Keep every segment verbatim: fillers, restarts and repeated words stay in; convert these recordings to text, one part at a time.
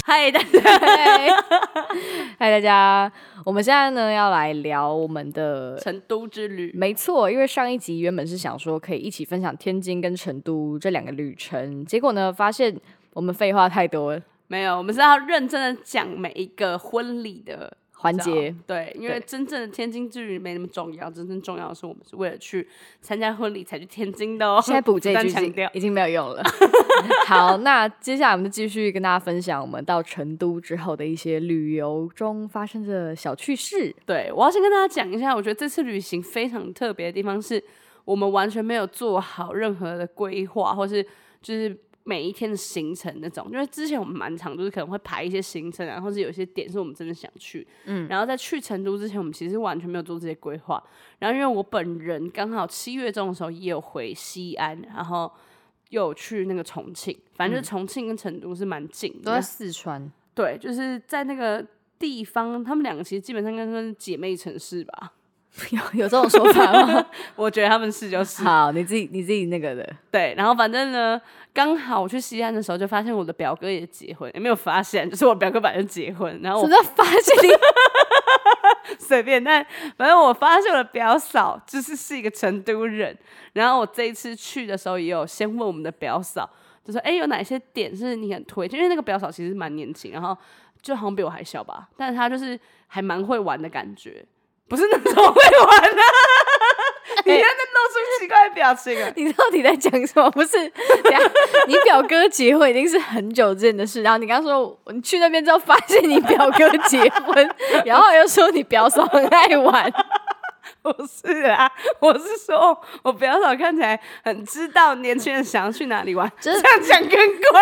嗨大家， 嗨大家，我们现在呢要来聊我们的成都之旅。 没错，因为上一集原本是想说可以一起分享天津跟成都这两个旅程，结果呢发现我们废话太多了。 没有，我们是要认真的讲每一个婚礼的环节。 对，因为真正的天津之旅没那么重要，真正重要的是我们是为了去参加婚礼才去天津的哦。 现在补这一句已经已经没有用了。好，那接下来我们就继续跟大家分享我们到成都之后的一些旅游中发生的小趣事。 对，我要先跟大家讲一下，我觉得这次旅行非常特别的地方是我们完全没有做好任何的规划，或是就是每一天的行程那种，因为之前我们蛮常就是可能会排一些行程，然后是有些点是我们真的想去，嗯，然后在去成都之前，我们其实完全没有做这些规划。然后因为我本人刚好七月中的时候也有回西安，然后又有去那个重庆，反正就是重庆跟成都是蛮近的， 都在四川。 对，就是在那个地方，他们两个其实基本上应该算是姐妹城市吧。 有有这种说法吗？ 我觉得他们是就是。 好，你自己你自己那个的。 对，然后反正呢，刚好我去西安的时候就发现我的表哥也结婚，也没有发现，就是我表哥本来就结婚，然后我什么叫发现你？ 随便，但反正我发现我的表嫂就是是一个成都人，然后我这一次去的时候也有先问我们的表嫂，就说哎有哪些点是你很推荐，因为那个表嫂其实蛮年轻，然后就好像比我还小吧，但是她就是还蛮会玩的感觉。不是那种会玩的、啊，你现在露出奇怪的表情啊！ 你到底在讲什么？不是，你表哥结婚已经是很久之前的事，然后你刚说你去那边之后发现你表哥结婚，然后又说你表嫂很爱玩。 不是啊，我是说我表嫂看起来很知道年轻人想要去哪里玩，就是这样讲更怪。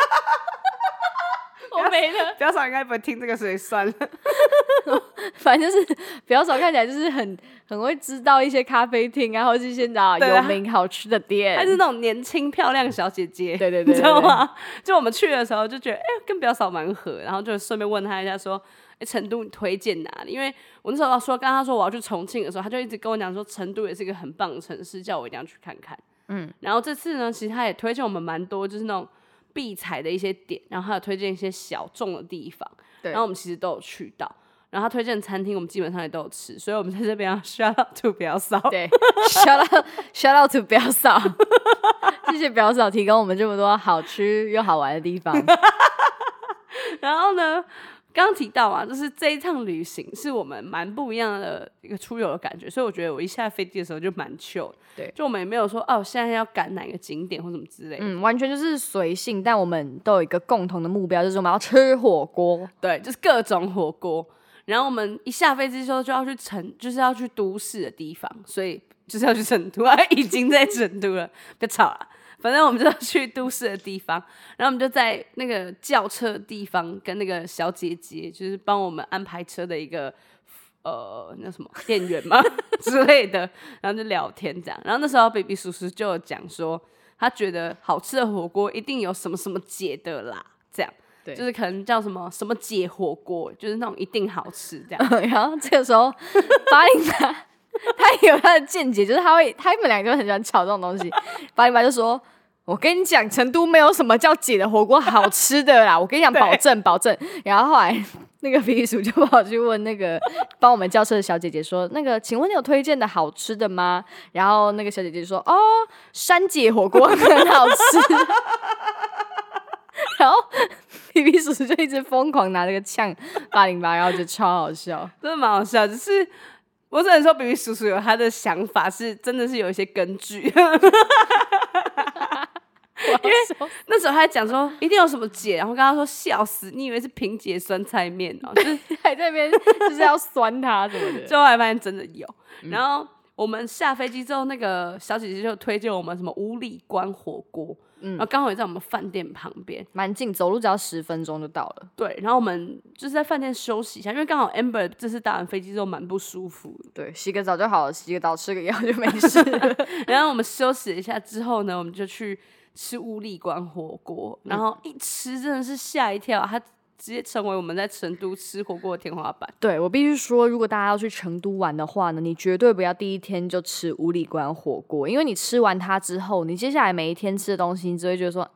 我没了， 表嫂应该不会听这个，所以算了。 反正就是表嫂看起来就是很很会知道一些咖啡厅啊，或是一些有名好吃的店。 她是那种年轻漂亮小姐姐， 对对 对, 对, 对， 你知道吗？就我们去的时候就觉得，哎、欸，跟表嫂蛮合，然后就顺便问她一下说，哎、欸，成都你推荐哪里？因为我那时候说，刚刚说我要去重庆的时候，她就一直跟我讲说，成都也是一个很棒的城市，叫我一定要去看看。嗯，然后这次呢，其实她也推荐我们蛮多，就是那种必踩的一些点，然后还有推荐一些小众的地方，然后我们其实都有去到，然后他推荐餐厅我们基本上也都有吃，所以我们在这边要 shout out to 表嫂， 对 shout out shout out to 表嫂，谢谢表嫂提供我们这么多好吃又好玩的地方。 然后呢，刚刚提到嘛，就是这一趟旅行是我们蛮不一样的一个出游的感觉，所以我觉得我一下飞机的时候就蛮 chill，对，就我们也没有说哦，现在要赶哪个景点或什么之类的， 嗯，完全就是随性，但我们都有一个共同的目标，就是我们要吃火锅， 对，就是各种火锅。然后我们一下飞机之后就要去成，就是要去都市的地方，所以就是要去成都啊，已经在成都了，别吵了。反正我们就要去都市的地方，然后我们就在那个叫车的地方跟那个小姐姐，就是帮我们安排车的一个呃那什么店员嘛之类的，然后就聊天这样。然后那时候 baby 叔叔就有讲说，他觉得好吃的火锅一定有什么什么姐的啦，这样。就是可能叫什么什么姐火锅，就是那种一定好吃这样。 然后这个时候，巴林巴他也有他的见解，就是他会，他们两个就很喜欢炒这种东西。巴林巴就说：“我跟你讲，成都没有什么叫姐的火锅好吃的啦，我跟你讲，保证保证。”然后后来那个皮鼠就跑去问那个帮我们叫车的小姐姐说：“那个，请问你有推荐的好吃的吗？”然后那个小姐姐说：“哦，山姐火锅很好吃。”然后皮皮叔叔就一直疯狂拿那个呛八零八，然后就超好笑， 真的蛮好笑。只是我只能说，皮皮叔叔有他的想法，是真的是有一些根据。因为那时候他还讲说一定有什么姐，然后跟他说笑死，你以为是平姐酸菜面哦、喔，就是还在那边就是要酸他什么的， 最后还发现真的有。嗯、然后我们下飞机之后，那个小姐姐就推荐我们什么五里关火锅。嗯，然后刚好也在我们饭店旁边， 蛮近，走路只要十分钟就到了。 对，然后我们就是在饭店休息一下，因为刚好 Amber 这次搭完飞机之后蛮不舒服的， 对，洗个澡就好了，洗个澡吃个药就没事了。 然后我们休息一下之后呢，我们就去吃五里关火锅，然后一吃真的是吓一跳，它直接成为我们在成都吃火锅的天花板。 对，我必须说，如果大家要去成都玩的话呢，你绝对不要第一天就吃五里关火锅，因为你吃完它之后，你接下来每一天吃的东西，你只会觉得说啊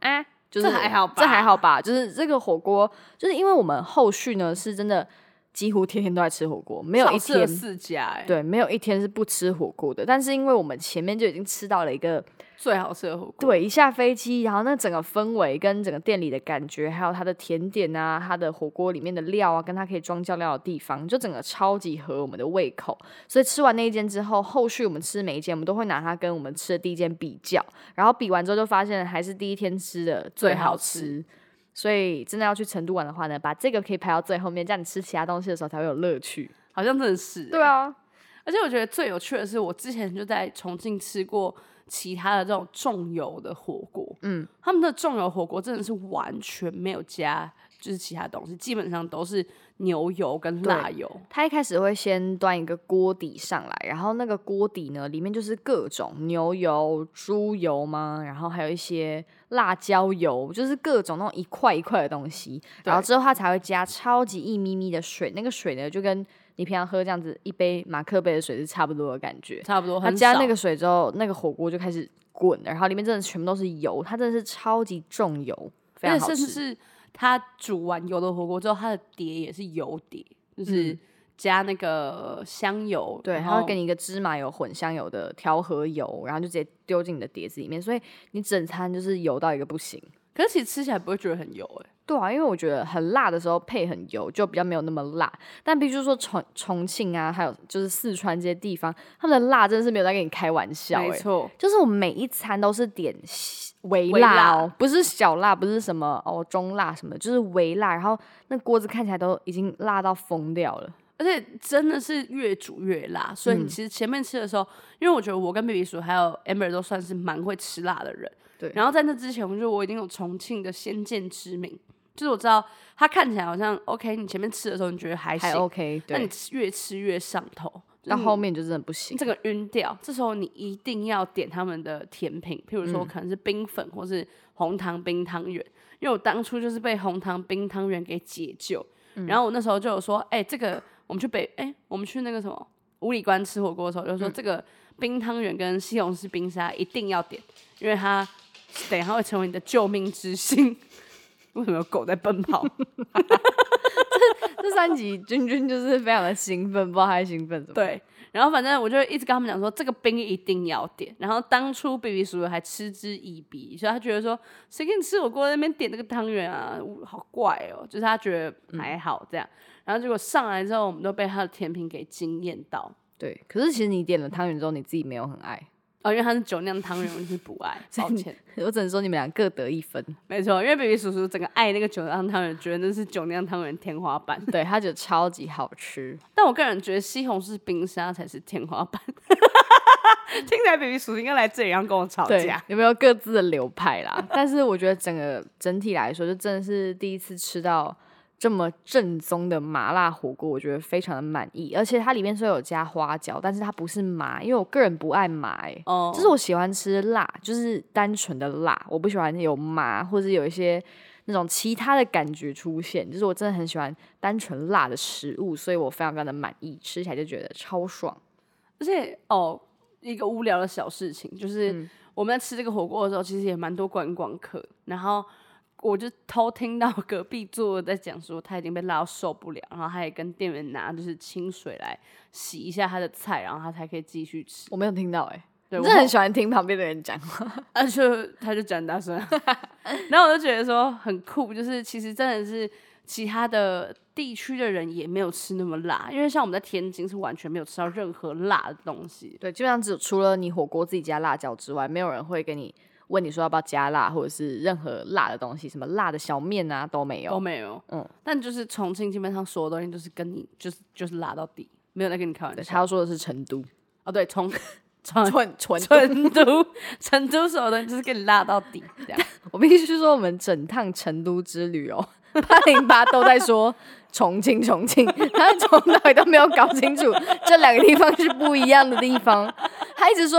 就是这还好吧， 这还好吧，就是这个火锅，就是因为我们后续呢是真的几乎天天都在吃火锅，没有一天四家、欸， 对，没有一天是不吃火锅的。但是因为我们前面就已经吃到了一个最好吃的火锅， 对，一下飞机，然后那整个氛围跟整个店里的感觉，还有它的甜点啊，它的火锅里面的料啊，跟它可以装酱料的地方，就整个超级合我们的胃口。所以吃完那一间之后，后续我们吃每一间，我们都会拿它跟我们吃的第一间比较，然后比完之后就发现还是第一天吃的最好吃。 最好吃所以真的要去成都玩的话呢，把这个可以排到最后面，这样你吃其他东西的时候才会有乐趣。 好像真的是、欸， 对啊。 而且我觉得最有趣的是，我之前就在重庆吃过其他的这种重油的火锅，嗯，他们的重油火锅真的是完全没有加就是其他东西，基本上都是牛油跟辣油。 他一开始会先端一个锅底上来，然后那个锅底呢里面就是各种牛油、猪油吗？然后还有一些辣椒油，就是各种那种一块一块的东西。然后之后他才会加超级一咪咪的水，那个水呢就跟你平常喝这样子一杯马克杯的水是差不多的感觉， 差不多。 他加那个水之后，那个火锅就开始滚，然后里面真的全部都是油，它真的是超级重油，非常好吃。 甚至是它煮完油的火锅之后，它的碟也是油碟，就是加那个香油， 对，它会给你一个芝麻油、混香油的调和油，然后就直接丢进你的碟子里面，所以你整餐就是油到一个不行。 可是其实吃起来不会觉得很油哎、欸。 对啊，因为我觉得很辣的时候配很油，就比较没有那么辣。但必须说重重庆啊，还有就是四川这些地方，他们的辣真的是没有在跟你开玩笑、欸。 没错， 就是我们每一餐都是点微辣哦，不是小辣，不是什么哦中辣什么的，就是微辣。然后那锅子看起来都已经辣到疯掉了。 而且真的是越煮越辣，所以你其实前面吃的时候，嗯、因为我觉得我跟 baby 鼠还有 Amber 都算是蛮会吃辣的人。 对， 然后在那之前，我觉得我已经有重庆的先见之明，就是我知道它看起来好像 OK， 你前面吃的时候你觉得还行， 还 OK， 对， 但你越吃越上头， 到后面就真的不行， 这个晕掉。这时候你一定要点他们的甜品，譬如说可能是冰粉或是红糖冰汤圆，因为我当初就是被红糖冰汤圆给解救。嗯、然后我那时候就有说，哎、欸，这个我们去北，哎、欸，我们去那个什么五里关吃火锅的时候，就说、嗯、这个冰汤圆跟西红柿冰沙一定要点，因为它等一下会成为你的救命之星。为什么有狗在奔跑？ 这, 这三集君君就是非常的兴奋，不知道他在兴奋什么。 对，然后反正我就一直跟他们讲说，这个冰一定要点。然后当初 baby 叔还嗤之以鼻，所以他觉得说，谁跟你吃火锅在那边点这个汤圆啊，好怪哦。就是他觉得还好这样。嗯、然后结果上来之后，我们都被他的甜品给惊艳到。 对，可是其实你点了汤圆之后，你自己没有很爱。 哦，因为它是酒酿汤圆，我就是不爱，抱歉。 我只能说你们俩各得一分。 没错，因为 baby 叔叔整个爱那个酒酿汤圆，觉得那是酒酿汤圆天花板。 对，他觉得超级好吃。 但我个人觉得西红柿冰沙才是天花板。听起来 baby 叔叔应该来这里然后跟我吵架。 有没有各自的流派啦？但是我觉得整个整体来说，就真的是第一次吃到这么正宗的麻辣火锅，我觉得非常的满意。而且它里面虽然有加花椒，但是它不是麻，因为我个人不爱麻、欸，哦、oh. ，就是我喜欢吃辣，就是单纯的辣，我不喜欢有麻或者有一些那种其他的感觉出现。就是我真的很喜欢单纯辣的食物，所以我非常非常的满意，吃起来就觉得超爽。 而且哦，一个无聊的小事情就是，嗯、我们在吃这个火锅的时候，其实也蛮多观光客，然后。我就偷听到隔壁桌在讲说他已经被辣到受不了，然后他也跟店员拿就是清水来洗一下他的菜，然后他才可以继续吃。 我没有听到哎、欸，对，我真的很喜欢听旁边的人讲话， 而且他就讲大声，然后我就觉得说很酷，就是其实真的是其他的地区的人也没有吃那么辣，因为像我们在天津是完全没有吃到任何辣的东西。 对，基本上只除了你火锅自己加辣椒之外，没有人会给你。问你说要不要加辣，或者是任何辣的东西，什么辣的小面啊都没有， 都没有。嗯，但就是重庆基本上所有东西都是跟你就是就是辣到底，没有在跟你开玩笑。 他要说的是成都哦，对，从成成成都成都所有东西就是跟你辣到底。这样， 我必须说，我们整趟成都之旅哦，八零八都在说重庆重庆，他从头到尾都没有搞清楚这两个地方是不一样的地方，他一直说。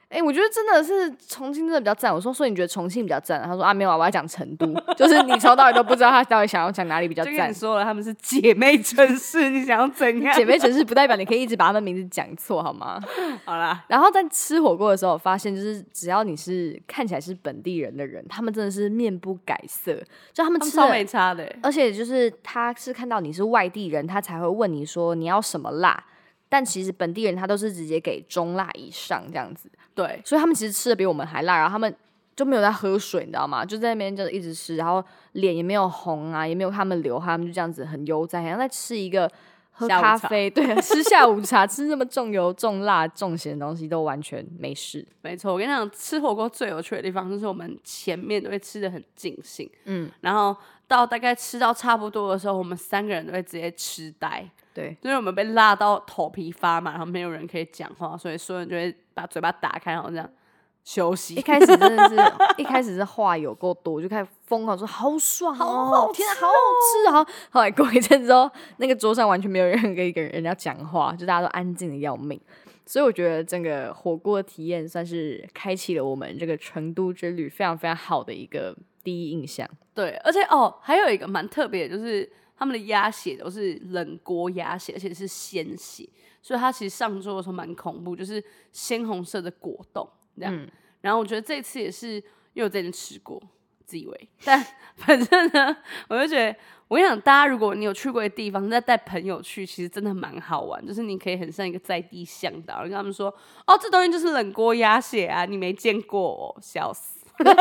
哎、欸，我觉得真的是重庆真的比较赞。我说，所以你觉得重庆比较赞？他说啊，没有啊，我要讲成都，就是你从头到尾都不知道他到底想要讲哪里比较赞。 就跟你说了，他们是姐妹城市，你想要怎样？ 姐妹城市不代表你可以一直把他们名字讲错，好吗？ 好啦， 然后在吃火锅的时候，我发现就是只要你是看起来是本地人的人，他们真的是面不改色，就他们吃超没差的、欸。 而且就是他是看到你是外地人，他才会问你说你要什么辣。但其实本地人他都是直接给中辣以上这样子， 对， 所以他们其实吃的比我们还辣，然后他们就没有在喝水，你知道吗？就在那边就一直吃，然后脸也没有红啊，也没有他们流汗，他们就这样子很悠哉，好像在吃一个喝咖啡，对，吃下午茶，吃那么重油、重辣、重咸的东西都完全没事。 没错，我跟你讲，吃火锅最有趣的地方就是我们前面都会吃的很尽兴，嗯，然后到大概吃到差不多的时候，我们三个人都会直接痴呆。 对， 因为我们被辣到头皮发麻，然后没有人可以讲话，所以所有人就会把嘴巴打开，然后这样休息。 一开始真的是，一开始是话有够多，我就开始疯狂说好爽、哦， 好好吃、哦， 天啊，好好吃。然后后来过一阵之后，那个桌上完全没有人跟一个人家讲话，就大家都安静的要命。所以我觉得整个火锅体验算是开启了我们这个成都之旅非常非常好的一个第一印象。 对，而且哦，还有一个蛮特别的，就是他们的鸭血都是冷锅鸭血，而且是鲜血，所以它其实上桌的时候蛮恐怖，就是鲜红色的果冻这样。嗯、然后我觉得这次也是，因为我之前吃过，自以为，但反正呢，我就觉得，我跟你讲，大家如果你有去过的地方，再带朋友去，其实真的蛮好玩，就是你可以很像一个在地向导，跟他们说，哦，这东西就是冷锅鸭血啊，你没见过哦，笑死。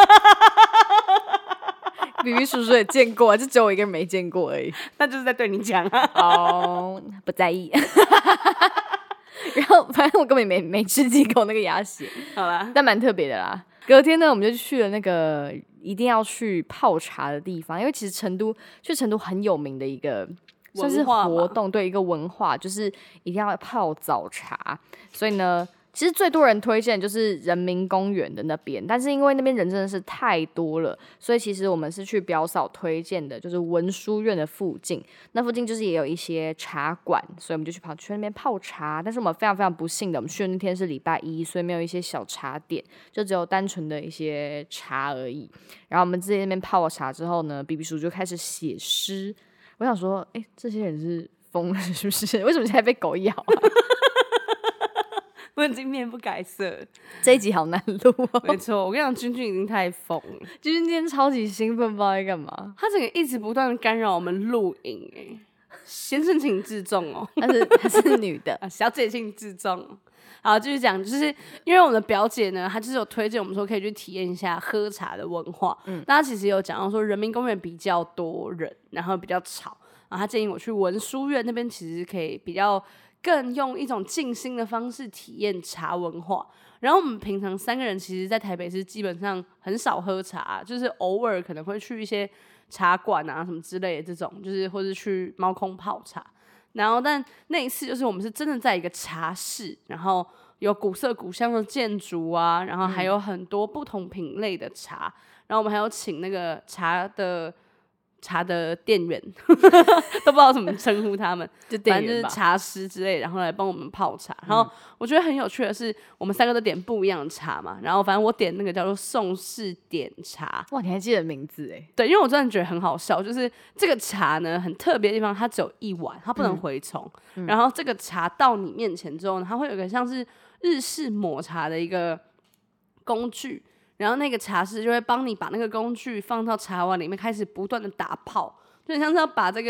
比比叔叔也见过，就只有我一个人没见过而已。 那就是在对你讲啊。 哦，不在意。然后反正我根本没没吃几口那个鸭血， 好啦， 但蛮特别的啦。隔天呢，我们就去了那个一定要去泡茶的地方，因为其实成都去成都很有名的一个算是活动，对，一个文化就是一定要泡早茶，所以呢。其实最多人推荐就是人民公园的那边，但是因为那边人真的是太多了，所以其实我们是去表嫂推荐的，就是文殊院的附近，那附近就是也有一些茶馆，所以我们就去跑去那边泡茶。但是我们非常非常不幸的，我们去的那天是礼拜一，所以没有一些小茶点，就只有单纯的一些茶而已。然后我们在那边泡了茶之后呢，比比叔就开始写诗。我想说，哎，这些人是疯了是不是？为什么现在被狗咬啊？ 我已经面不改色， 这一集好难录哦。 没错，我跟你讲，君君已经太疯了。 君君今天超级兴奋，不知道在干嘛。 他整个一直不断的干扰我们录影，哎，先生请自重哦。 她是她是女的， 啊、小姐请自重。好，继续讲，就是因为我们的表姐呢，她就是有推荐我们说可以去体验一下喝茶的文化。嗯，大家其实有讲到说人民公园比较多人，然后比较吵，然后她建议我去文殊院那边，其实可以比较。更用一种静心的方式体验茶文化。然后我们平常三个人其实在台北是基本上很少喝茶，就是偶尔可能会去一些茶馆啊什么之类的这种，就是或是去猫空泡茶。然后但那一次就是我们是真的在一个茶室，然后有古色古香的建筑啊，然后还有很多不同品类的茶，然后我们还有请那个茶的茶的店员都不知道怎么称呼他们， 就店员吧， 反正就是茶师之类，然后来帮我们泡茶。然后我觉得很有趣的是，我们三个都点不一样的茶嘛。然后反正我点那个叫做宋氏点茶。 哇，你还记得名字哎？ 对，因为我真的觉得很好笑，就是这个茶呢很特别的地方，它只有一碗，它不能回冲。嗯、然后这个茶到你面前之后呢，它会有一个像是日式抹茶的一个工具。然后那个茶师就会帮你把那个工具放到茶碗里面，开始不断的打泡，就很像是要把这个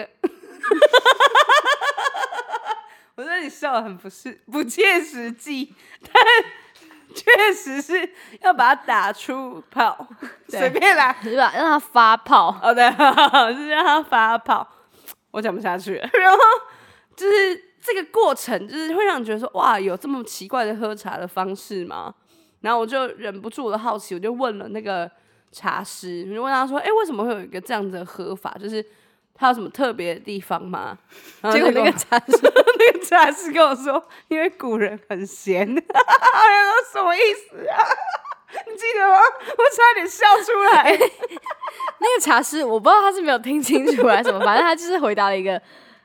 我觉得你笑得很不是不切实际，但确实是要把它打出泡，随便啦， 是吧？让它发泡。 哦对，就是让它发泡。我讲不下去了。然后就是这个过程，就是会让你觉得说，哇，有这么奇怪的喝茶的方式吗？然后我就忍不住我的好奇，我就问了那个茶师，我就问他说：“哎、欸，为什么会有一个这样子的喝法？就是它有什么特别的地方吗？” 结果那个茶师， 那个茶师跟我说：“因为古人很闲。”我说什么意思啊？你记得吗？我差点笑出来。 那个茶师，我不知道他是没有听清楚还是什么，反正他就是回答了一个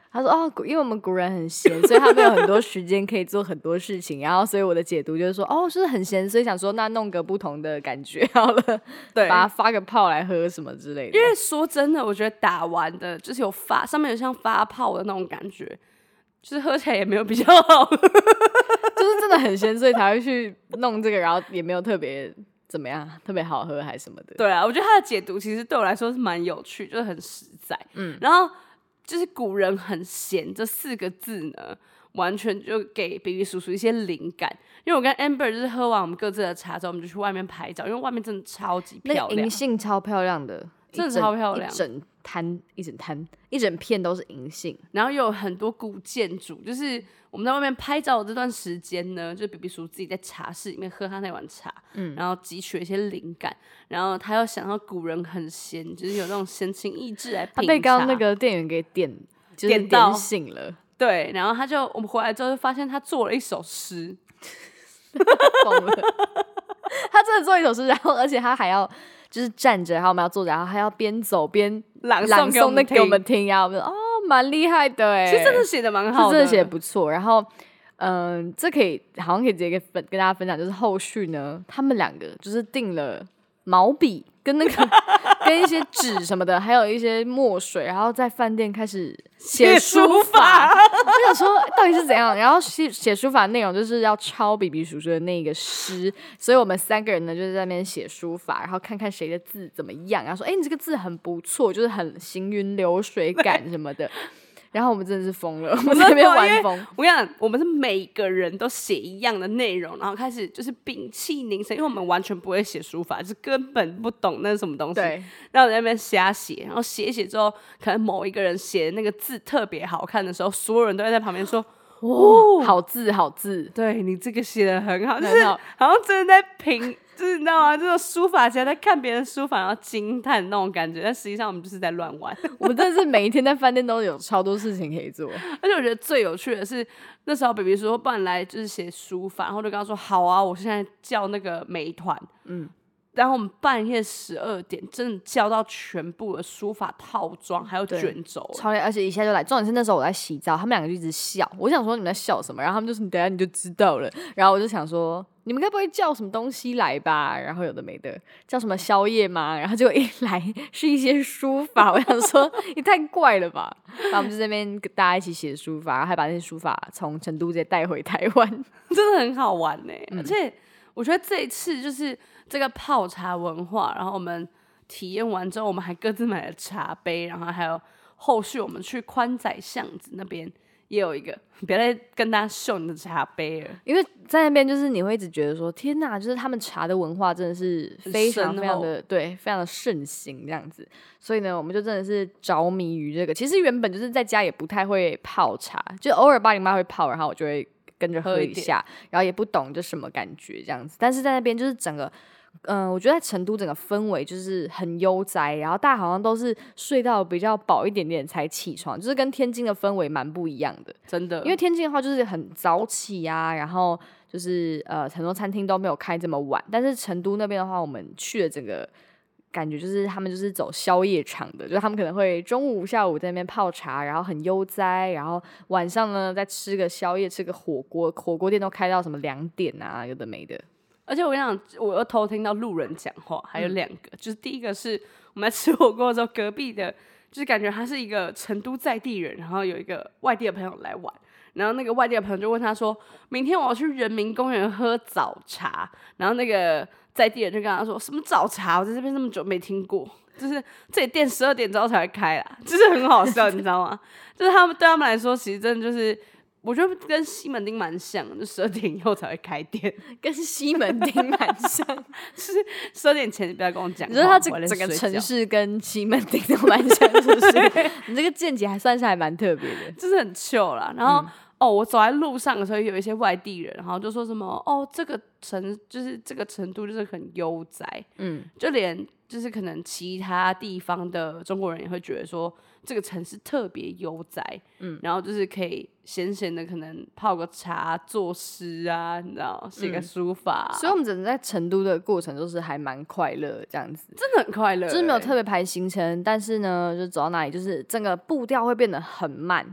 他说哦，因为我们古人很闲，所以他们有很多时间可以做很多事情。然后，所以我的解读就是说，哦，就是很闲，所以想说那弄个不同的感觉好了， 对， 把它发个泡来喝什么之类的。 因为说真的，我觉得打完的就是有发上面有像发泡的那种感觉，就是喝起来也没有比较好， 就是真的很咸，所以才会去弄这个，然后也没有特别怎么样，特别好喝还是什么的。 对啊，我觉得他的解读其实对我来说是蛮有趣，就是很实在。嗯，然后就是古人很闲这四个字呢，完全就给 B B 叔叔一些灵感。因为我跟 Amber 就是喝完我们各自的茶之后，我们就去外面拍照，因为外面真的超级漂亮， 那个银杏超漂亮的， 真的超漂亮， 一整摊一整摊一整片都是银杏， 然后又有很多古建筑，就是我们在外面拍照的这段时间呢，就是 B B 叔自己在茶室里面喝他那碗茶，嗯，然后汲取了一些灵感，然后他又想到古人很闲，就是有那种闲情逸致来品茶， 他被刚刚那个店员给点，就是点到点醒了， 对，然后他就我们回来之后就发现他做了一首诗， 疯了，他真的做一首诗，然后而且他还要就是站着，然后我们要坐着，然后还要边走边朗朗诵那给我们听呀，我们说哦，蛮厉害的哎， 其实真的写的蛮好的， 是真的写的不错。然后，嗯、呃，这可以好像可以直接跟跟大家分享，就是后续呢，他们两个就是订了毛笔跟那个跟一些纸什么的，还有一些墨水，然后在饭店开始写书法。我想说到底是怎样？然后写写书法内容就是要抄 B B 叔叔的那个诗，所以我们三个人呢就是在那边写书法，然后看看谁的字怎么样，然后说哎、欸、你这个字很不错，就是很行云流水感什么的。然后我们真的是疯了，我们在那边玩疯。 我跟你讲，我们是每个人都写一样的内容，然后开始就是屏气凝神，因为我们完全不会写书法，就是根本不懂那是什么东西。 对， 然后在那边瞎写，然后写一写之后，可能某一个人写的那个字特别好看的时候，所有人都会在旁边说：“ 哦，好字，好字， 对你这个写的很好，就是好像真的在评。”就是你知道吗？这种书法家在看别人书法，然后惊叹那种感觉，但实际上我们就是在乱玩。 我们真的是每一天在饭店都有超多事情可以做。 而且我觉得最有趣的是，那时候 B B 说，不然来就是写书法，然后就跟他说好啊，我现在叫那个美团，嗯。然后我们半夜十二点真的叫到全部的书法套装，还有卷轴， 超累，而且一下就来。重点是那时候我在洗澡，他们两个就一直笑。我想说你们在笑什么？然后他们就说你等一下你就知道了。然后我就想说你们该不会叫什么东西来吧？然后有的没的，叫什么宵夜吗？然后结果一来是一些书法，我想说也太怪了吧。然后我们就在那边跟大家一起写书法，然后还把那些书法从成都直接带回台湾， 真的很好玩呢、欸嗯。而且我觉得这一次就是这个泡茶文化，然后我们体验完之后，我们还各自买了茶杯，然后还有后续我们去宽仔巷子那边也有一个，别再跟大家秀你的茶杯了， 因为在那边就是你会一直觉得说天哪，就是他们茶的文化真的是非常非常的对，非常的盛行这样子，所以呢，我们就真的是着迷于这个。其实原本就是在家也不太会泡茶，就偶尔八零八会泡，然后我就会跟着喝一下，然后也不懂这什么感觉这样子。但是在那边就是整个。嗯、呃，我觉得在成都整个氛围就是很悠哉，然后大家好像都是睡到比较饱一点点才起床，就是跟天津的氛围蛮不一样的， 真的。 因为天津的话就是很早起啊，然后就是呃很多餐厅都没有开这么晚，但是成都那边的话，我们去了整个感觉就是他们就是走宵夜场的，就是他们可能会中午、下午在那边泡茶，然后很悠哉，然后晚上呢再吃个宵夜，吃个火锅，火锅店都开到什么两点啊，有的没的。 而且我跟你讲，我又偷听到路人讲话，还有两个、嗯，就是第一个是我们在吃火锅的时候，隔壁的，就是感觉他是一个成都在地人，然后有一个外地的朋友来玩，然后那个外地的朋友就问他说，明天我要去人民公园喝早茶，然后那个在地人就跟他说，什么早茶？我在这边这么久没听过，就是这里店十二点之后才会开啦，就是很好笑，你知道吗？就是他们对他们来说，其实真的就是。我觉得跟西门町蛮像的，就十二点以后才会开店， 跟西门町蛮像， 就是十二点前你不要跟我讲。 你说它整整个城市跟西门町都蛮像，是不是？你这个见解还算是还蛮特别的， 就是很 chill 啦。然后、嗯、哦，我走在路上的时候，有一些外地人，然后就说什么哦，这个城就是这个程度就是很悠哉，嗯，就连就是可能其他地方的中国人也会觉得说。这个城市特别悠哉，嗯，然后就是可以闲闲的，可能泡个茶、作诗啊，你知道，写个书法、啊嗯。所以我们整个在成都的过程都是还蛮快乐，这样子， 真的很快乐、欸， 就是没有特别排行程，但是呢，就走到哪里，就是整个步调会变得很慢，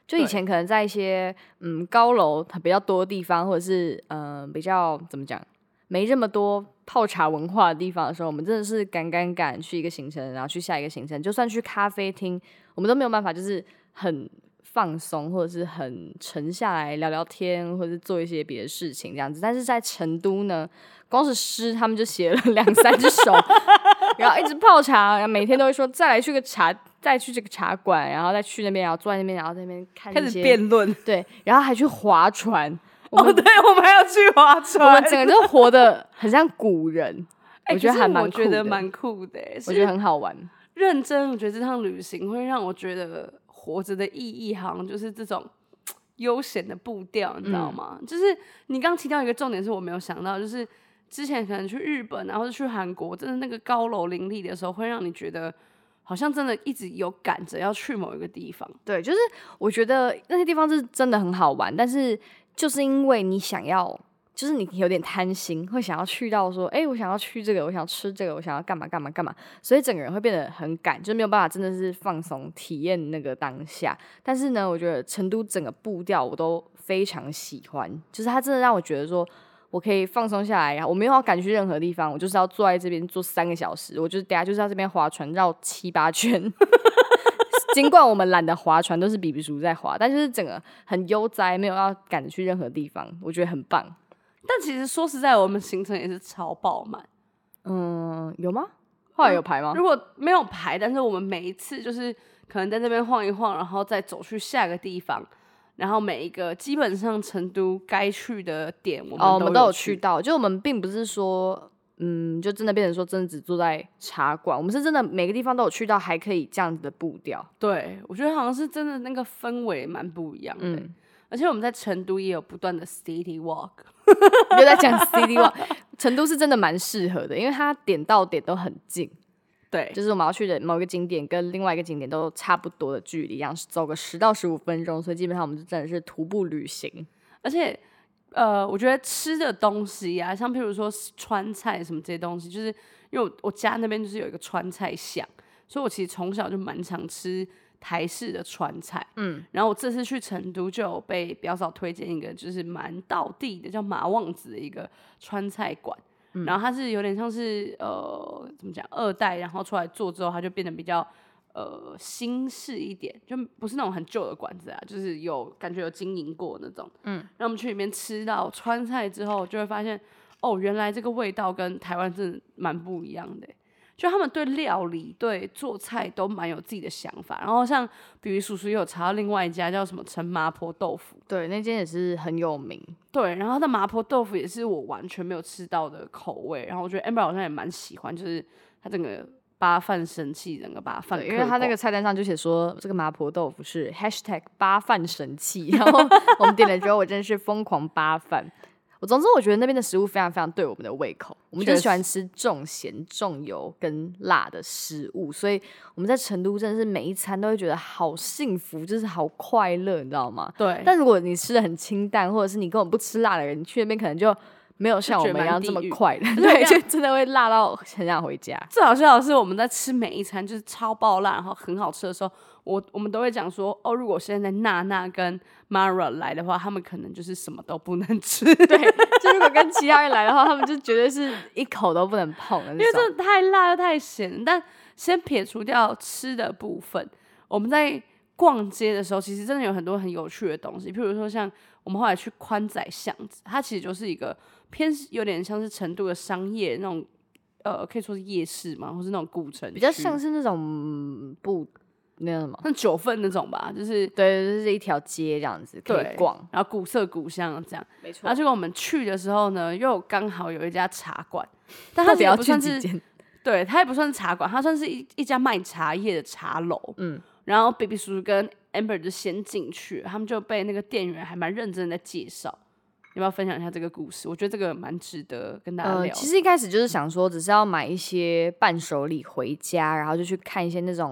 就以前可能在一些嗯高楼比较多的地方，或者是嗯、呃、比较怎么讲没这么多泡茶文化的地方的时候，我们真的是赶赶赶去一个行程，然后去下一个行程。就算去咖啡厅，我们都没有办法就是很放松，或者是很沉下来聊聊天，或者是做一些别的事情这样子。但是在成都呢，光是诗他们就写了两三只手，然后一直泡茶，然后每天都会说再来去个茶。再去这个茶馆，然后再去那边，然后坐在那边，然后在那边看一些开始辩论， 对，然后还去划船。 哦，对，我们还要去划船， 我们整个就活得很像古人， 欸、 我觉得还蛮酷的， 我觉得蛮酷的， 我觉得很好玩。 认真，我觉得这趟旅行会让我觉得活着的意义，好像就是这种悠闲的步调，你知道吗？嗯、就是你刚提到一个重点，是我没有想到，就是之前可能去日本，然后是去韩国，真的那个高楼林立的时候，会让你觉得。好像真的一直有赶着要去某一个地方， 对，就是我觉得那些地方是真的很好玩，但是就是因为你想要，就是你有点贪心，会想要去到说，哎、欸，我想要去这个，我想要吃这个，我想要干嘛干嘛干嘛，所以整个人会变得很赶，就没有办法真的是放松体验那个当下。但是呢，我觉得成都整个步调我都非常喜欢，就是它真的让我觉得说。我可以放松下来，然后我没有要赶去任何地方，我就是要坐在这边坐三个小时，我就是等下就是要这边划船绕七八圈。尽管我们懒得划船，都是比比叔在划，但就是整个很悠哉，没有要赶着去任何地方，我觉得很棒。 但其实说实在，我们行程也是超爆满。 嗯，有吗？后来有排吗？ 嗯、如果没有排，但是我们每一次就是可能在这边晃一晃，然后再走去下个地方。然后每一个基本上成都该去的点，我们都有去、哦、 我们都有去到。就我们并不是说，嗯，就真的变成说真的只坐在茶馆，我们是真的每个地方都有去到，还可以这样子的步调。 对，我觉得好像是真的那个氛围蛮不一样的。嗯、而且我们在成都也有不断的 city walk， 你就在讲 city walk， 成都是真的蛮适合的，因为它点到点都很近。 对， 就是我们要去的某一个景点跟另外一个景点都差不多的距离，一样走个十到十五分钟，所以基本上我们就真的是徒步旅行。 而且，呃，我觉得吃的东西啊，像譬如说川菜什么这些东西，就是因为我我家那边就是有一个川菜巷，所以我其实从小就蛮常吃台式的川菜。嗯，然后我这次去成都就有被表嫂推荐一个就是蛮道地的叫马旺子的一个川菜馆。然后它是有点像是呃怎么讲二代，然后出来做之后，它就变得比较呃新式一点，就不是那种很旧的馆子啊，就是有感觉有经营过那种。嗯，然后我们去里面吃到川菜之后，就会发现哦，原来这个味道跟台湾真的蛮不一样的。就他们对料理、对做菜都蛮有自己的想法。然后像比如叔叔也有查到另外一家叫什么陈麻婆豆腐， 对，那间也是很有名。 对，然后那麻婆豆腐也是我完全没有吃到的口味。然后我觉得 Amber 好像也蛮喜欢，就是他整个八饭神器，整个把饭嗑， 因为他那个菜单上就写说这个麻婆豆腐是 hashtag 八饭神器。然后我们点了之后，我真的是疯狂八饭。我总之我觉得那边的食物非常非常对我们的胃口，我们就喜欢吃重咸重油跟辣的食物，所以我们在成都真的是每一餐都会觉得好幸福，就是好快乐，你知道吗？ 对。 但如果你吃的很清淡，或者是你根本不吃辣的人，你去那边可能就没有像我们一样这么快乐，对，就真的会辣到很想回家。 最好笑的是我们在吃每一餐就是超爆辣，然后很好吃的时候，我我们都会讲说，哦，如果现在娜娜跟 Mara 来的话，他们可能就是什么都不能吃。 对，就如果跟其他人来的话，他们就绝对是一口都不能碰的那种， 因为真的太辣又太咸。但先撇除掉吃的部分，我们在逛街的时候，其实真的有很多很有趣的东西，譬如说像我们后来去宽仔巷子，它其实就是一个偏有点像是成都的商业那种，呃，可以说是夜市嘛，或是那种古城区， 比较像是那种不那什么， 像九份那种吧，就是对，就是一条街这样子可以逛， 然后古色古香这样， 没错。 然后结果我们去的时候呢，又刚好有一家茶馆，但它也不算是，对，它也不算是茶馆，它算是一一家卖茶叶的茶楼，嗯。然后 baby 叔叔跟 Amber 就先进去，他们就被那个店员还蛮认真的介绍。要不要分享一下这个故事？我觉得这个蛮值得跟大家聊、呃。 其实一开始就是想说，只是要买一些伴手礼回家，然后就去看一些那种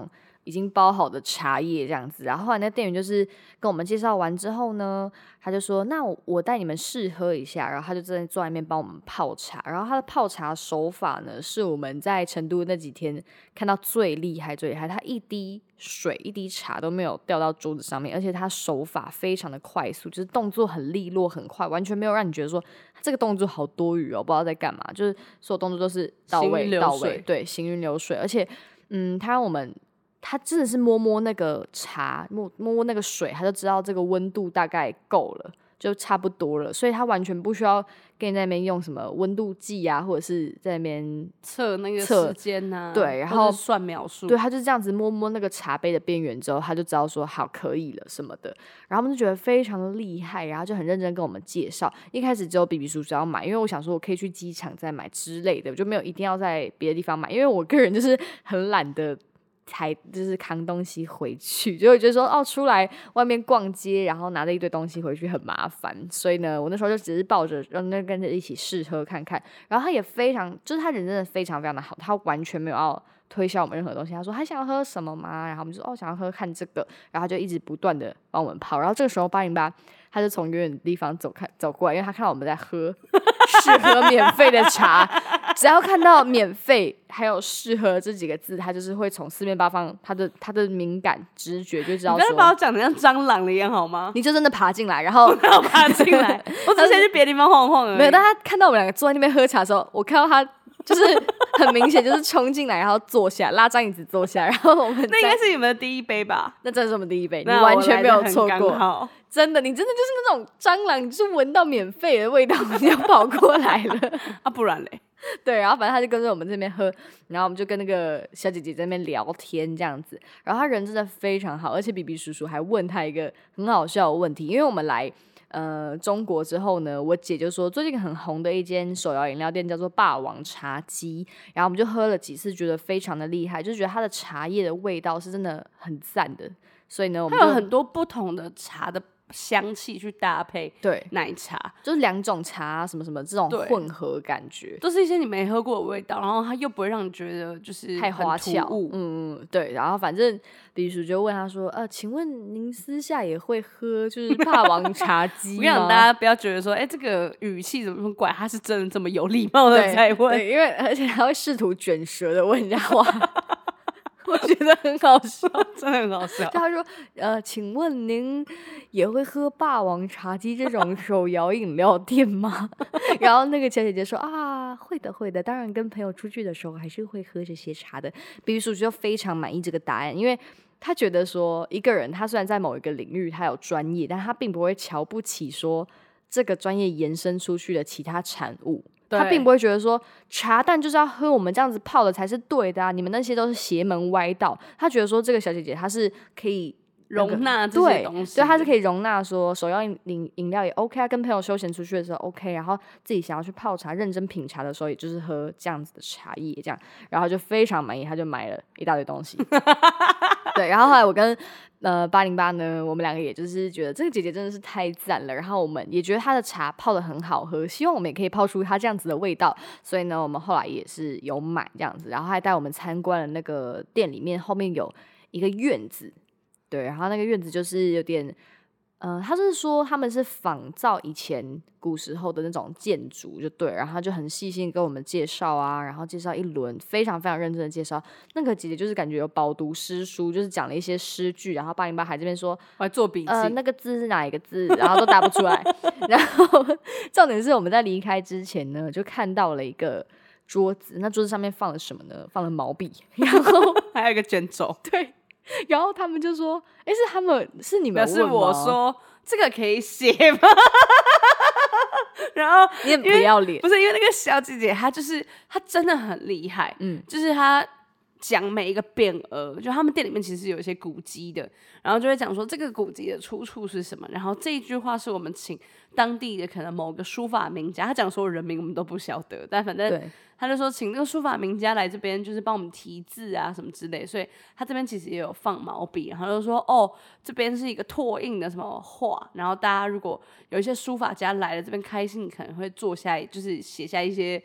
已经包好的茶叶这样子。然后后来那店员就是跟我们介绍完之后呢，他就说那我我带你们试喝一下，然后他就真的坐在那边帮我们泡茶。然后他的泡茶手法呢是我们在成都那几天看到最厉害最厉害，他一滴水一滴茶都没有掉到桌子上面，而且他手法非常的快速，就是动作很利落很快，完全没有让你觉得说这个动作好多余哦，不知道在干嘛，就是所有动作都是到位到位，对，行云流水。而且嗯，他让我们他真的是摸摸那个茶，摸摸摸那个水，他就知道这个温度大概够了，就差不多了，所以他完全不需要跟你在那边用什么温度计啊，或者是在那边测那个时间啊， 对，然后算秒数， 对，他就是这样子摸摸那个茶杯的边缘之后，他就知道说好可以了什么的，然后我们就觉得非常的厉害，然后就很认真跟我们介绍。一开始只有 B B 叔叔要买，因为我想说我可以去机场再买之类的，我就没有一定要在别的地方买，因为我个人就是很懒得才就是扛东西回去，就会觉得说哦，出来外面逛街，然后拿着一堆东西回去很麻烦，所以呢，我那时候就只是抱着让那跟着一起试喝看看。然后他也非常，就是他人真的非常非常的好，他完全没有要推销我们任何东西。他说他想要喝什么吗？然后我们就说哦，想要喝看这个，然后他就一直不断的帮我们泡。然后这个时候八零八他就从远远的地方走开走过来，因为他看到我们在喝试喝免费的茶，只要看到免费还有试喝这几个字，他就是会从四面八方，他的他的敏感直觉就知道说， 你不要把我讲的像蟑螂的一样好吗？ 你就真的爬进来，然后我没有爬进来，我只是先去别的地方晃晃而已。 没有，但他看到我们两个坐在那边喝茶的时候，我看到他就是很明显就是冲进来，然后坐下，拉张椅子坐下，然后我们那应该是你们的第一杯吧？ 那真的是我们第一杯，你那完全没有错过。 好， 真的，你真的就是那种蟑螂，你就是闻到免费的味道你就跑过来了啊，不然嘞？ 对，然后反正他就跟着我们这边喝，然后我们就跟那个小姐姐在那边聊天这样子。然后他人真的非常好，而且 B B 叔叔还问他一个很好笑的问题，因为我们来呃中国之后呢，我姐就说最近很红的一间手摇饮料店叫做霸王茶姬，然后我们就喝了几次，觉得非常的厉害，就觉得它的茶叶的味道是真的很赞的，所以呢，我们它有很多不同的茶的香气去搭配对奶茶， 就是两种茶什么什么这种混合感觉， 都是一些你没喝过的味道，然后它又不会让你觉得就是太花俏。 嗯嗯，对。然后反正比如就问他说：“呃，请问您私下也会喝就是霸王茶姬吗？” 我想大家不要觉得说，哎、欸，这个语气怎么这么怪？他是真的这么有礼貌的在问， 对，因为而且他会试图卷舌的问人家话。我觉得很好笑， 真的很好笑。 他说：“呃，请问您也会喝霸王茶姬这种手摇饮料店吗？”然后那个小姐姐说：“啊，会的，会的，当然跟朋友出去的时候还是会喝这些茶的。”B B 叔就非常满意这个答案，因为他觉得说，一个人他虽然在某一个领域他有专业，但他并不会瞧不起说这个专业延伸出去的其他产物。他并不会觉得说茶蛋就是要喝我们这样子泡的才是对的啊，你们那些都是邪门歪道。他觉得说这个小姐姐她是可以、那個、 容纳这些东西， 对，她是可以容纳说手摇饮饮料也 OK 啊，跟朋友休闲出去的时候 OK， 然后自己想要去泡茶、认真品茶的时候，也就是喝这样子的茶叶这样，然后就非常满意，他就买了一大堆东西。对，然后后来我跟呃八零八呢，我们两个也就是觉得这个姐姐真的是太赞了，然后我们也觉得她的茶泡得很好喝，希望我们也可以泡出她这样子的味道，所以呢，我们后来也是有买这样子，然后还带我们参观了那个店里面，后面有一个院子，对，然后那个院子就是有点。呃，他是说他们是仿照以前古时候的那种建筑，就对，然后他就很细心跟我们介绍啊，然后介绍一轮，非常非常认真的介绍。那个姐姐就是感觉有饱读诗书，就是讲了一些诗句，然后八零八还这边说， 我还做笔记， 呃，那个字是哪一个字，然后都答不出来。然后重点是我们在离开之前呢，就看到了一个桌子，那桌子上面放了什么呢？放了毛笔，然后还有一个卷轴， 对。然后他们就说：“哎，是他们，是你们问吗？” 是我说这个可以写吗？然后你也不要脸， 不是因为那个小姐姐，她就是她真的很厉害，嗯，就是她讲每一个匾额，就他们店里面其实有一些古籍的，然后就会讲说这个古籍的出处是什么，然后这一句话是我们请当地的可能某个书法名家，他讲所有人名我们都不晓得，但反正他就说请那个书法名家来这边，就是帮我们题字啊什么之类，所以他这边其实也有放毛笔，然后就说哦，这边是一个拓印的什么画，然后大家如果有一些书法家来了这边开心，你可能会坐下，就是写下一些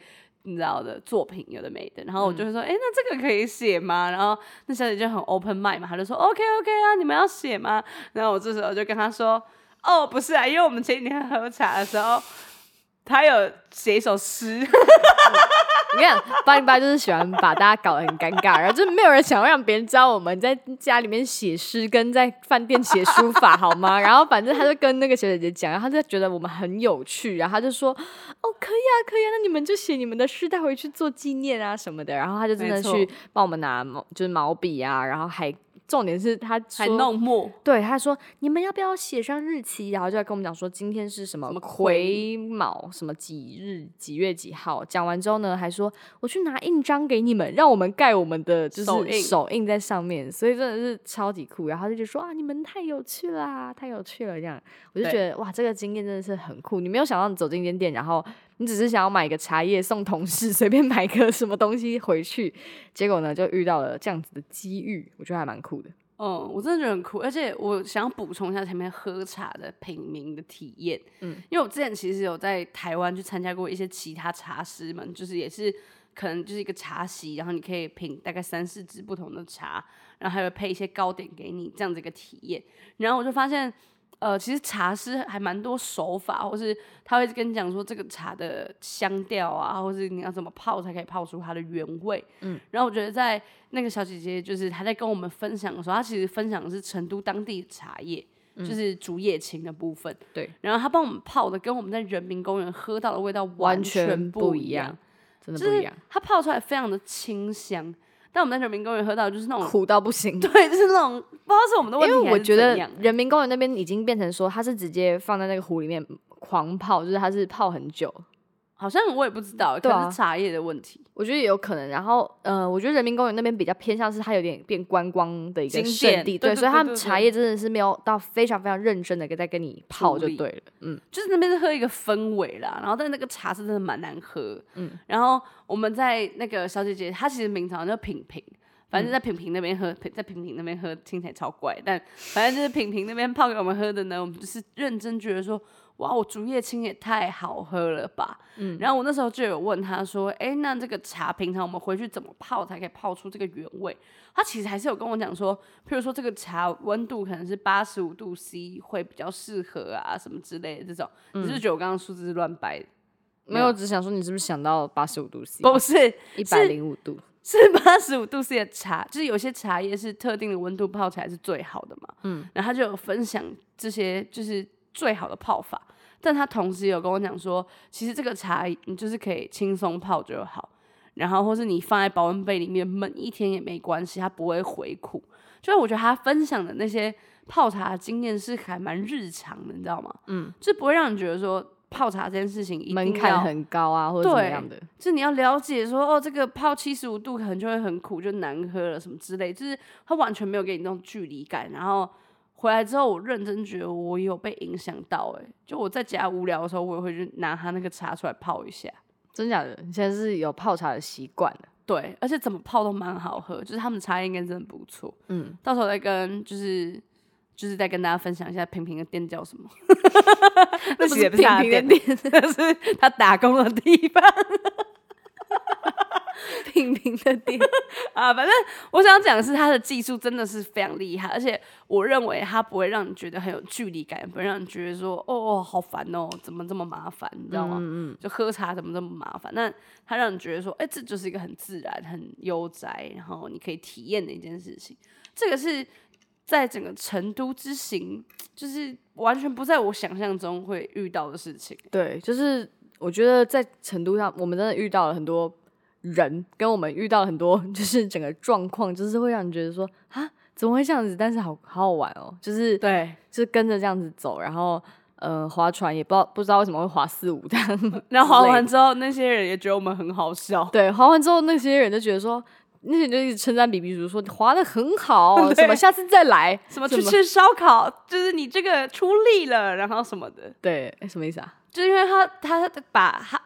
你知道的作品有的没的，然后我就会说，哎、嗯欸，那这个可以写吗？然后那小姐就很 open mind 嘛，她就说 OK OK 啊，你们要写吗？然后我这时候就跟她说，哦，不是啊，因为我们前几天喝茶的时候，她有写一首诗。 你看八零八就是喜欢把大家搞得很尴尬，然后就是没有人想要让别人知道我们在家里面写诗跟在饭店写书法好吗？然后反正他就跟那个小姐姐讲，然后他就觉得我们很有趣，然后他就说哦可以啊可以啊，那你们就写你们的诗带回去做纪念啊什么的，然后他就真的去帮我们拿就是毛笔啊，然后还重点是他说还弄墨， 对，他说你们要不要写上日期，然后就来跟我们讲说今天是什么癸卯什么几日几月几号，讲完之后呢还说我去拿印章给你们，让我们盖我们的就是手印在上面，所以真的是超级酷。然后他就说啊你们太有趣啦太有趣了，这样我就觉得哇这个经验真的是很酷。你没有想到你走进一间店，然后你只是想要买一个茶叶送同事，随便买个什么东西回去，结果呢就遇到了这样子的机遇，我觉得还蛮酷的。 嗯，我真的觉得很酷，而且我想要补充一下前面喝茶的品茗的体验。嗯，因为我之前其实有在台湾去参加过一些其他茶师们，就是也是可能就是一个茶席，然后你可以品大概三四支不同的茶，然后还会配一些糕点给你这样子一个体验。然后我就发现。呃，其实茶师还蛮多手法，或是他会跟你讲说这个茶的香调啊，或是你要怎么泡才可以泡出它的原味。嗯，然后我觉得在那个小姐姐就是她在跟我们分享的时候，她其实分享的是成都当地的茶叶，嗯、就是竹叶青的部分。 对， 然后她帮我们泡的跟我们在人民公园喝到的味道完全不一样， 真的不一样。 就是它泡出来非常的清香。但我们在人民公园喝到就是那种苦到不行， 对，就是那种不知道是我们的问题还是怎样。 因为我觉得人民公园那边已经变成说，它是直接放在那个壶里面狂泡，就是它是泡很久。 好像我也不知道，可能是茶叶的问题， 我觉得也有可能。然后，呃，我觉得人民公园那边比较偏向是它有点变观光的一个圣地，对， 对， 所以他们茶叶真的是没有到非常非常认真的在跟你泡就对了，嗯， 就是那边是喝一个氛围啦。然后，但那个茶是真的蛮难喝，嗯。然后我们在那个小姐姐，她其实名字好像叫品品。反正在品品那边喝，在品品那边喝听起来超怪，但反正就是品品那边泡给我们喝的呢，我们就是认真觉得说，哇，我竹叶青也太好喝了吧。嗯，然后我那时候就有问他说，哎、欸，那这个茶平常我们回去怎么泡才可以泡出这个原味？他其实还是有跟我讲说，譬如说这个茶温度可能是八十五度 C 会比较适合啊，什么之类的这种。嗯、你是不是觉得我刚刚数字是乱掰的？ 没有，只想说你是不是想到八十五度 C？ 不是， 一百零五度。 是八十五度 C 的茶，就是有些茶叶是特定的温度泡起来是最好的嘛。嗯，然后他就有分享这些就是最好的泡法，但他同时有跟我讲说，其实这个茶你就是可以轻松泡就好，然后或是你放在保温杯里面焖一天也没关系，它不会回苦。就是我觉得他分享的那些泡茶的经验是还蛮日常的，你知道吗？嗯，就不会让你觉得说。泡茶这件事情一定要门槛很高啊，或者怎么样的， 就是你要了解说，哦，这个泡七十五度可能就会很苦，就难喝了什么之类，就是他完全没有给你那种距离感。然后回来之后，我认真觉得我有被影响到、欸，哎，就我在家无聊的时候，我也会去拿他那个茶出来泡一下。 真假的？你现在是有泡茶的习惯了？ 对，而且怎么泡都蛮好喝，就是他们的茶叶应该真的不错。嗯，到时候再跟就是。就是再跟大家分享一下平平的店叫什么？ 那不是平平的店， 那是他打工的地方。 平平的店啊，反正我想讲的是，他的技术真的是非常厉害，而且我认为他不会让你觉得很有距离感，不会让你觉得说哦哦好烦哦，怎么这么麻烦，你知道吗？嗯嗯，就喝茶怎么这么麻烦？那他让你觉得说，哎、欸，这就是一个很自然、很悠哉，然后你可以体验的一件事情。这个是。在整个成都之行，就是完全不在我想象中会遇到的事情。 对，就是我觉得在成都上，我们真的遇到了很多人，跟我们遇到了很多，就是整个状况，就是会让你觉得说，啊，怎么会这样子？但是好好好玩哦，就是对， 就是跟着这样子走，然后呃，划船也不知道不知道为什么会划四五趟， 然后划完之后，那些人也觉得我们很好笑。 对，划完之后，那些人就觉得说。那些人就一直称赞比比叔说你滑得很好，什么下次再来， 什么去吃烧烤，就是你这个出力了，然后什么的。 对，什么意思啊？ 就是因为他他把他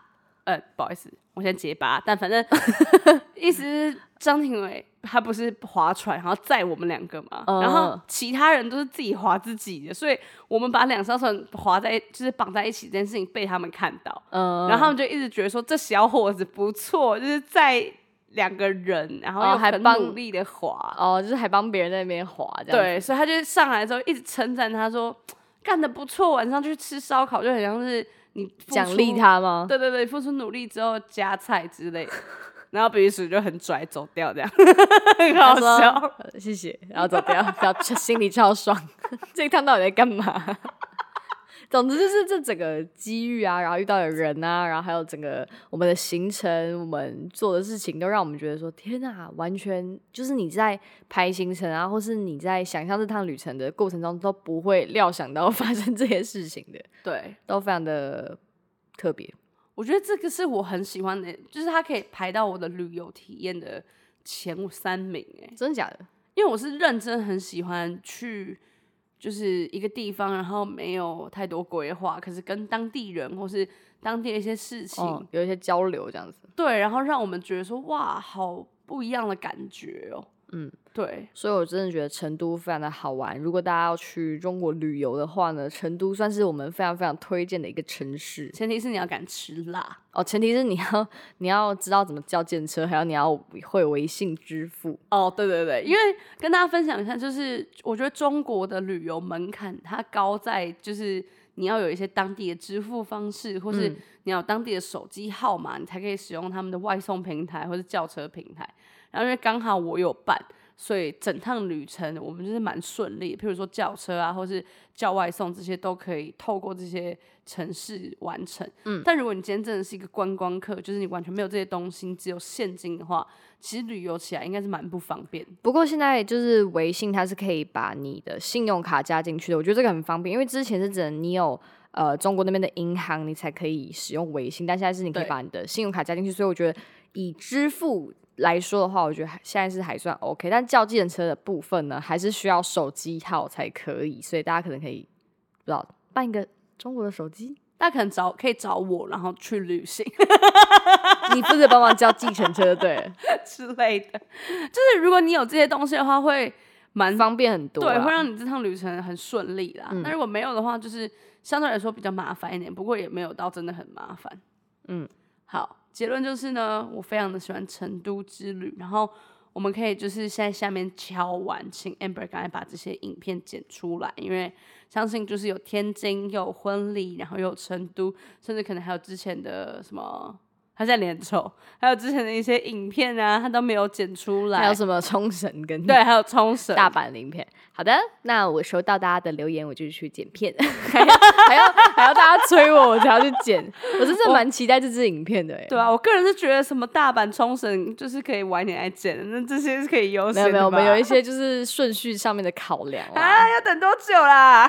呃，不好意思，我先结巴，但反正意思是张庭伟他不是划船，然后载我们两个嘛，嗯、然后其他人都是自己划自己的，所以我们把两艘船划在就是绑在一起这件事情被他们看到，嗯，然后他们就一直觉得说这小伙子不错，就是在两个人，然后又很努力的划， 哦，就是还帮别人在那边划，这样对，所以他就上来之后一直称赞他说干得不错，晚上去吃烧烤就很像是。你奖励他吗？ 对对对，付出努力之后加菜之类的，然后比利时就很拽走掉，这样很好笑。 谢谢，然后走掉，然后心里超爽。这一趟到底在干嘛？总之就是这整个机遇啊，然后遇到的人啊，然后还有整个我们的行程，我们做的事情，都让我们觉得说，天哪，完全就是你在排行程啊，或是你在想象这趟旅程的过程中，都不会料想到发生这些事情的。 对， 都非常的特别。 我觉得这个是我很喜欢的，就是它可以排到我的旅游体验的前三名。哎， 真的假的？ 因为我是认真很喜欢去。就是一个地方，然后没有太多规划，可是跟当地人或是当地的一些事情、哦、 有一些交流这样子。 对，然后让我们觉得说哇，好不一样的感觉哦。嗯，对， 所以我真的觉得成都非常的好玩。如果大家要去中国旅游的话呢，成都算是我们非常非常推荐的一个城市。 前提是你要敢吃辣哦，前提是你要你要知道怎么叫电车，还有你要会微信支付。 哦，对对对，因为跟大家分享一下，就是我觉得中国的旅游门槛它高在就是你要有一些当地的支付方式，或是你要有当地的手机号码，你才可以使用他们的外送平台或是叫车平台。然后因为刚好我有办，所以整趟旅程我们就是蛮顺利，譬如说叫车啊，或是叫外送，这些都可以透过这些城市完成。嗯，但如果你今天真的是一个观光客，就是你完全没有这些东西，只有现金的话，其实旅游起来应该是蛮不方便。 不过现在就是微信，它是可以把你的信用卡加进去的，我觉得这个很方便，因为之前是只能你有呃中国那边的银行，你才可以使用微信，但现在是你可以把你的信用卡加进去，所以我觉得以支付来说的话，我觉得现在是还算 OK， 但叫计程车的部分呢，还是需要手机号才可以，所以大家可能可以不知道办一个中国的手机， 大家可能找可以找我，然后去旅行， 你负责帮忙叫计程车对了之类的。就是如果你有这些东西的话，会蛮方便很多， 对，会让你这趟旅程很顺利啦。那、嗯、如果没有的话，就是相对来说比较麻烦一点，不过也没有到真的很麻烦。嗯，好。结论就是呢，我非常的喜欢成都之旅，然后我们可以就是在下面敲完，请 Amber 赶快把这些影片剪出来，因为相信就是有天津，有婚礼，然后又有成都，甚至可能还有之前的什么，他在脸臭，还有之前的一些影片啊，他都没有剪出来， 还有什么冲绳跟对，还有冲绳、 大阪的影片。好的，那我收到大家的留言，我就去剪片，还要还要还要大家催我，我才要去剪。我真的蛮期待这支影片的耶。 对啊，我个人是觉得什么大阪、冲绳就是可以晚点来剪的，那这些是可以优先的吧。 没有没有，我们有一些就是顺序上面的考量啦。 啊，要等多久啦？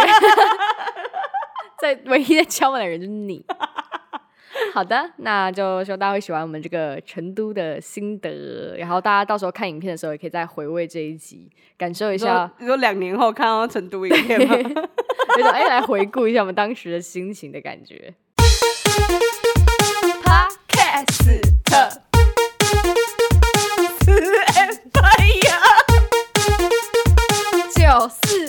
在唯一在敲门的人就是你。好的，那就希望大家会喜欢我们这个成都的心得，然后大家到时候看影片的时候也可以再回味这一集，感受一下。 你说两年后看到成都影片吗？ 有种哎，来回顾一下我们当时的心情的感觉。 Podcast 四 M 八呀， 九四